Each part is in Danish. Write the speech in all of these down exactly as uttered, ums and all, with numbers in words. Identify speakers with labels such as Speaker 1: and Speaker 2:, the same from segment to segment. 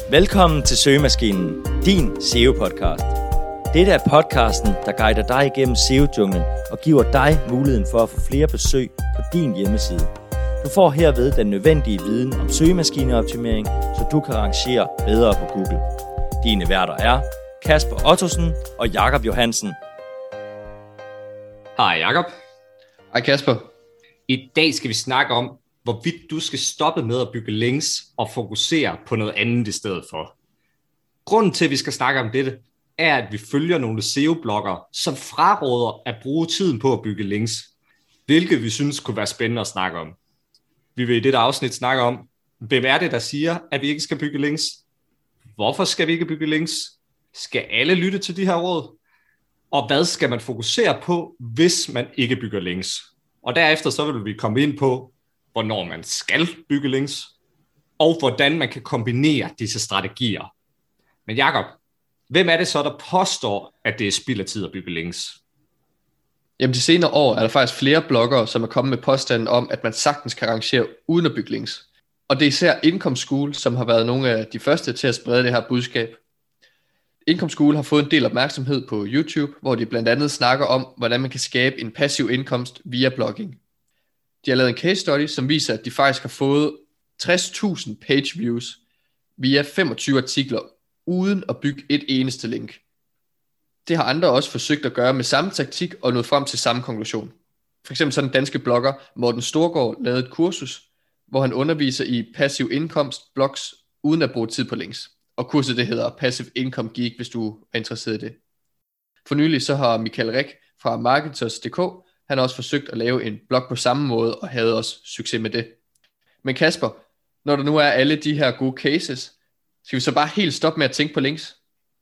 Speaker 1: Velkommen til Søgemaskinen, din S E O-podcast. Dette er podcasten, der guider dig igennem S E O-junglen og giver dig muligheden for at få flere besøg på din hjemmeside. Du får herved den nødvendige viden om søgemaskineoptimering, så du kan rangere bedre på Google. Dine værter er Kasper Ottosen og Jakob Johansen.
Speaker 2: Hej Jakob.
Speaker 3: Hej Kasper.
Speaker 2: I dag skal vi snakke om, hvorvidt du skal stoppe med at bygge links og fokusere på noget andet i stedet for. Grunden til, at vi skal snakke om dette, er, at vi følger nogle S E O-bloggere, som fraråder at bruge tiden på at bygge links, hvilket vi synes kunne være spændende at snakke om. Vi vil i dette afsnit snakke om, hvem er det, der siger, at vi ikke skal bygge links? Hvorfor skal vi ikke bygge links? Skal alle lytte til de her råd? Og hvad skal man fokusere på, hvis man ikke bygger links? Og derefter så vil vi komme ind på, hvornår man skal bygge links, og hvordan man kan kombinere disse strategier. Men Jakob, hvem er det så, der påstår, at det er spild af tid at bygge links?
Speaker 3: Jamen de senere år er der faktisk flere bloggere, som er kommet med påstanden om, at man sagtens kan rangere uden at bygge links. Og det er især Income School, som har været nogle af de første til at sprede det her budskab. Income School har fået en del opmærksomhed på YouTube, hvor de blandt andet snakker om, hvordan man kan skabe en passiv indkomst via blogging. De har lavet en case study, som viser, at de faktisk har fået tres tusind page views via femogtyve artikler, uden at bygge et eneste link. Det har andre også forsøgt at gøre med samme taktik og nået frem til samme konklusion. For eksempel så den danske blogger Morten Storgård lavede et kursus, hvor han underviser i passiv indkomst blogs uden at bruge tid på links. Og kurset det hedder Passive Income Geek, hvis du er interesseret i det. For nylig så har Michael Rik fra Marketers punktum d k han har også forsøgt at lave en blog på samme måde, og havde også succes med det. Men Kasper, når der nu er alle de her gode cases, skal vi så bare helt stoppe med at tænke på links?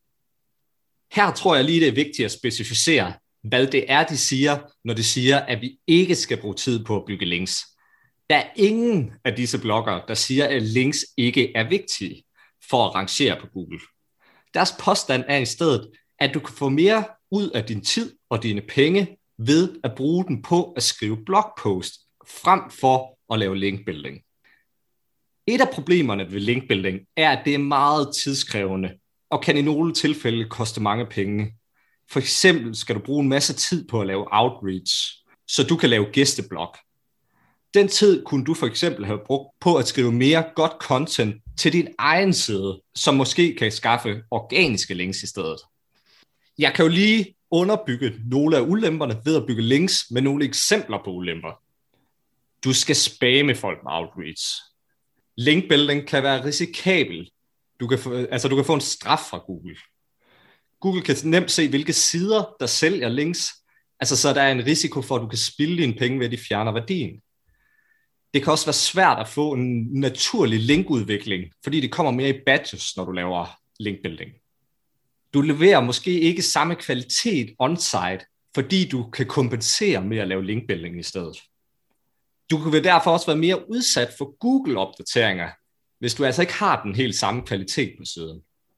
Speaker 2: Her tror jeg lige, det er vigtigt at specificere, hvad det er, de siger, når de siger, at vi ikke skal bruge tid på at bygge links. Der er ingen af disse bloggere, der siger, at links ikke er vigtige for at rangere på Google. Deres påstand er i stedet, at du kan få mere ud af din tid og dine penge ved at bruge den på at skrive blogpost, frem for at lave linkbuilding. Et af problemerne ved linkbuilding er, at det er meget tidskrævende, og kan i nogle tilfælde koste mange penge. For eksempel skal du bruge en masse tid på at lave outreach, så du kan lave gæsteblog. Den tid kunne du for eksempel have brugt på at skrive mere godt content til din egen side, som måske kan skaffe organiske links i stedet. Jeg kan jo lige underbygge nogle af ulemperne ved at bygge links med nogle eksempler på ulemper. Du skal spamme folk med outreach. Linkbuilding kan være risikabel. Du kan få, altså du kan få en straf fra Google. Google kan nemt se, hvilke sider, der sælger links. Altså så der er en risiko for, at du kan spilde dine penge ved, at de fjerner værdien. Det kan også være svært at få en naturlig linkudvikling, fordi det kommer mere i batches, når du laver linkbuilding. Du leverer måske ikke samme kvalitet on-site, fordi du kan kompensere med at lave linkbuilding i stedet. Du vil derfor også være mere udsat for Google-opdateringer, hvis du altså ikke har den helt samme kvalitet på siden.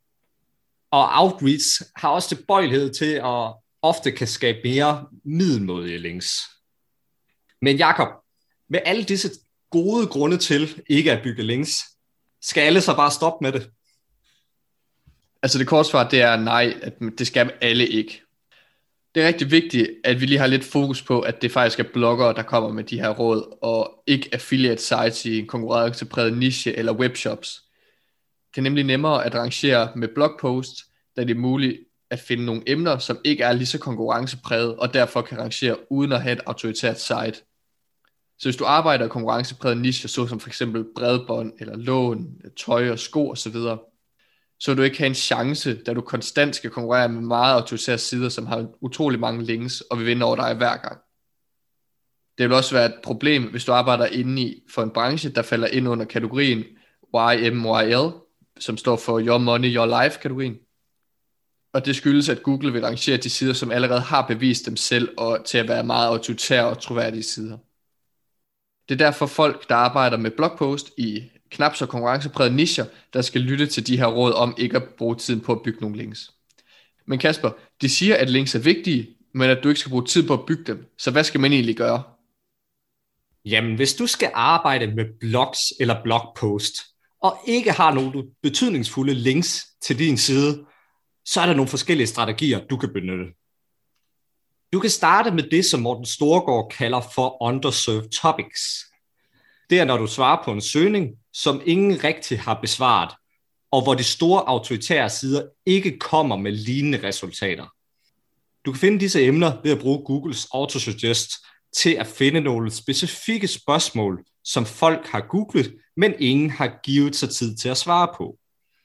Speaker 2: Og outreach har også tilbøjelighed til at ofte kan skabe mere middelmådige links. Men Jakob, med alle disse gode grunde til ikke at bygge links, skal alle så bare stoppe med det?
Speaker 3: Altså det korte svar, det er nej, at det skal alle ikke. Det er rigtig vigtigt, at vi lige har lidt fokus på, at det faktisk er bloggere, der kommer med de her råd, og ikke affiliate sites i en konkurrencepræget niche eller webshops. Det er nemlig nemmere at rangere med blogpost, da det er muligt at finde nogle emner, som ikke er lige så konkurrencepræget, og derfor kan rangere uden at have et autoritært site. Så hvis du arbejder i konkurrencepræget niche, såsom for eksempel bredbånd eller lån, tøj og sko osv., så vil du ikke have en chance, da du konstant skal konkurrere med meget autoritære sider, som har utrolig mange links og vil vinde over dig hver gang. Det vil også være et problem, hvis du arbejder inde i for en branche, der falder ind under kategorien Y M Y L, som står for Your Money, Your Life-kategorien. Og det skyldes, at Google vil rangere de sider, som allerede har bevist dem selv og til at være meget autoritære og troværdige sider. Det er derfor folk, der arbejder med blogpost i knap så konkurrencepræget nicher, der skal lytte til de her råd om ikke at bruge tiden på at bygge nogle links. Men Kasper, de siger, at links er vigtige, men at du ikke skal bruge tid på at bygge dem. Så hvad skal man egentlig gøre?
Speaker 2: Jamen, hvis du skal arbejde med blogs eller blogpost, og ikke har nogle betydningsfulde links til din side, så er der nogle forskellige strategier, du kan benytte. Du kan starte med det, som Morten Storgaard kalder for underserved topics. Det er, når du svarer på en søgning, som ingen rigtig har besvaret, og hvor de store autoritære sider ikke kommer med lignende resultater. Du kan finde disse emner ved at bruge Googles autosuggest til at finde nogle specifikke spørgsmål, som folk har googlet, men ingen har givet sig tid til at svare på.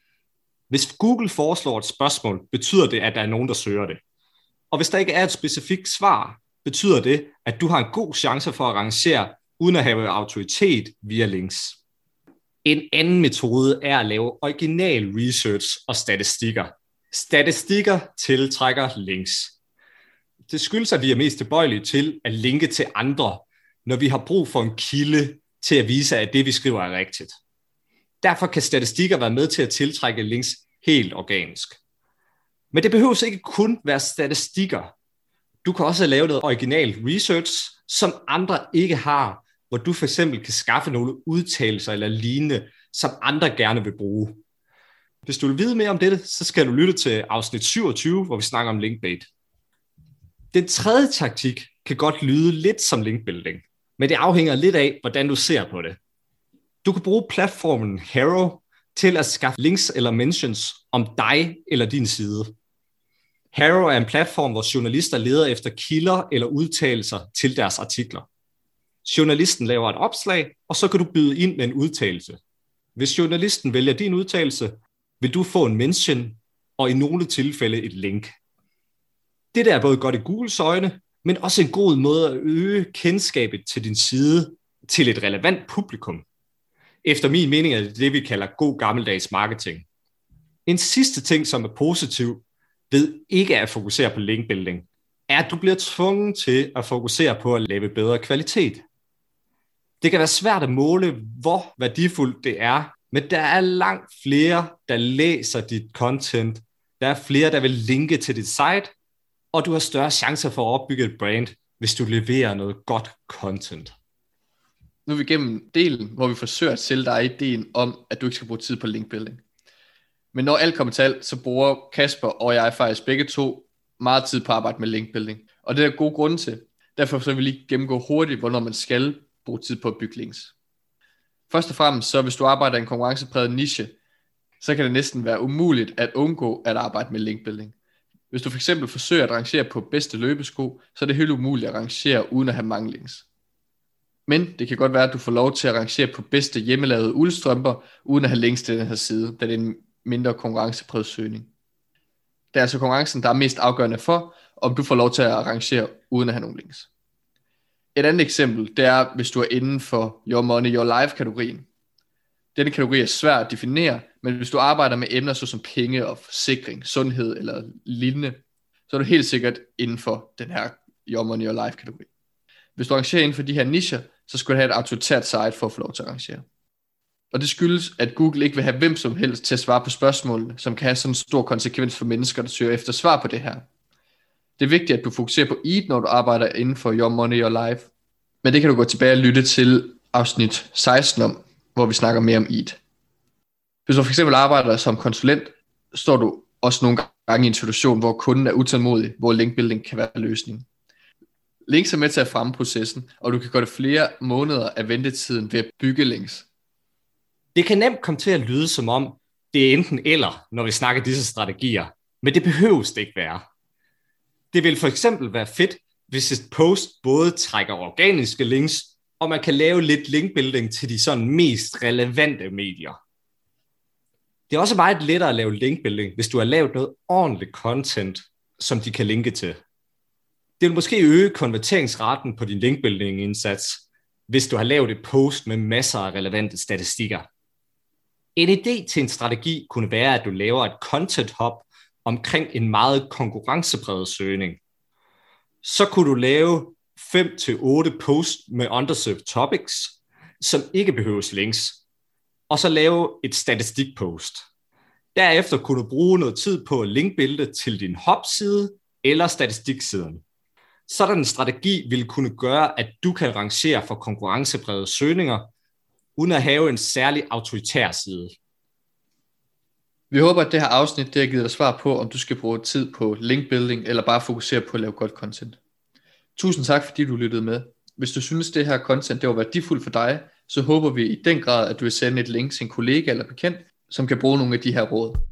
Speaker 2: Hvis Google foreslår et spørgsmål, betyder det, at der er nogen, der søger det. Og hvis der ikke er et specifikt svar, betyder det, at du har en god chance for at rangere, uden at have autoritet via links. En anden metode er at lave original research og statistikker. Statistikker tiltrækker links. Det skyldes, at vi er mest tilbøjelige til at linke til andre, når vi har brug for en kilde til at vise, at det, vi skriver, er rigtigt. Derfor kan statistikker være med til at tiltrække links helt organisk. Men det behøver ikke kun være statistikker. Du kan også lave noget original research, som andre ikke har, hvor du for eksempel kan skaffe nogle udtalelser eller lignende, som andre gerne vil bruge. Hvis du vil vide mere om dette, så skal du lytte til afsnit syvogtyve, hvor vi snakker om linkbait. Den tredje taktik kan godt lyde lidt som linkbuilding, men det afhænger lidt af, hvordan du ser på det. Du kan bruge platformen Haro til at skaffe links eller mentions om dig eller din side. Haro er en platform, hvor journalister leder efter kilder eller udtalelser til deres artikler. Journalisten laver et opslag, og så kan du byde ind med en udtalelse. Hvis journalisten vælger din udtalelse, vil du få en mention og i nogle tilfælde et link. Det der er både godt i Googles øjne, men også en god måde at øge kendskabet til din side til et relevant publikum. Efter min mening er det det, vi kalder god gammeldags marketing. En sidste ting, som er positiv ved ikke at fokusere på linkbuilding, er, at du bliver tvunget til at fokusere på at lave bedre kvalitet. Det kan være svært at måle, hvor værdifuldt det er, men der er langt flere, der læser dit content. Der er flere, der vil linke til dit site, og du har større chancer for at opbygge et brand, hvis du leverer noget godt content.
Speaker 3: Nu er vi igennem delen, hvor vi forsøger at sælge dig ideen om, at du ikke skal bruge tid på linkbuilding. Men når alt kommer til alt, så bruger Kasper og jeg faktisk begge to meget tid på at arbejde med linkbuilding. Og det er gode grunde til. Derfor så vil vi lige gennemgå hurtigt, hvornår man skal bruge tid på at bygge links. Først og fremmest, så hvis du arbejder i en konkurrencepræget niche, så kan det næsten være umuligt at undgå at arbejde med linkbuilding. Hvis du for eksempel forsøger at rangere på bedste løbesko, så er det helt umuligt at rangere uden at have mange links. Men det kan godt være, at du får lov til at rangere på bedste hjemmelavede uldstrømper, uden at have links til den her side, da det er en mindre konkurrencepræget søgning. Det er altså konkurrencen, der er mest afgørende for, om du får lov til at rangere uden at have nogen links. Et andet eksempel, det er, hvis du er inden for Your Money, Your Life-kategorien. Denne kategori er svær at definere, men hvis du arbejder med emner såsom penge og forsikring, sundhed eller lignende, så er du helt sikkert inden for den her Your Money, Your Life-kategori. Hvis du rangerer inden for de her nicher, så skal du have et autoritært site for at få lov til at rangere. Og det skyldes, at Google ikke vil have hvem som helst til at svare på spørgsmålene, som kan have sådan en stor konsekvens for mennesker, der søger efter svar på det her. Det er vigtigt, at du fokuserer på E A T, når du arbejder inden for Your Money, Your Life. Men det kan du gå tilbage og lytte til afsnit seksten om, hvor vi snakker mere om E A T. Hvis du for eksempel arbejder som konsulent, står du også nogle gange i en situation, hvor kunden er utålmodig, hvor linkbuilding kan være løsningen. Links er med til at fremme processen, og du kan gøre det flere måneder af ventetiden ved at bygge links.
Speaker 2: Det kan nemt komme til at lyde som om, det er enten eller, når vi snakker disse strategier, men det behøves det ikke være. Det vil for eksempel være fedt, hvis et post både trækker organiske links, og man kan lave lidt linkbuilding til de sådan mest relevante medier. Det er også meget lettere at lave linkbuilding, hvis du har lavet noget ordentligt content, som de kan linke til. Det vil måske øge konverteringsraten på din linkbuilding-indsats, hvis du har lavet et post med masser af relevante statistikker. En idé til en strategi kunne være, at du laver et content hub omkring en meget konkurrencepræget søgning. Så kunne du lave fem til otte posts med underserved topics, som ikke behøves links, og så lave et statistikpost. Derefter kunne du bruge noget tid på at linkbuilde til din hub-side eller statistiksiden. Sådan en strategi vil kunne gøre, at du kan rangere for konkurrenceprægede søgninger, uden at have en særlig autoritær side.
Speaker 3: Vi håber, at det her afsnit det har givet dig svar på, om du skal bruge tid på linkbuilding, eller bare fokusere på at lave godt content. Tusind tak, fordi du lyttede med. Hvis du synes, det her content det var værdifuldt for dig, så håber vi i den grad, at du vil sende et link til en kollega eller bekendt, som kan bruge nogle af de her råd.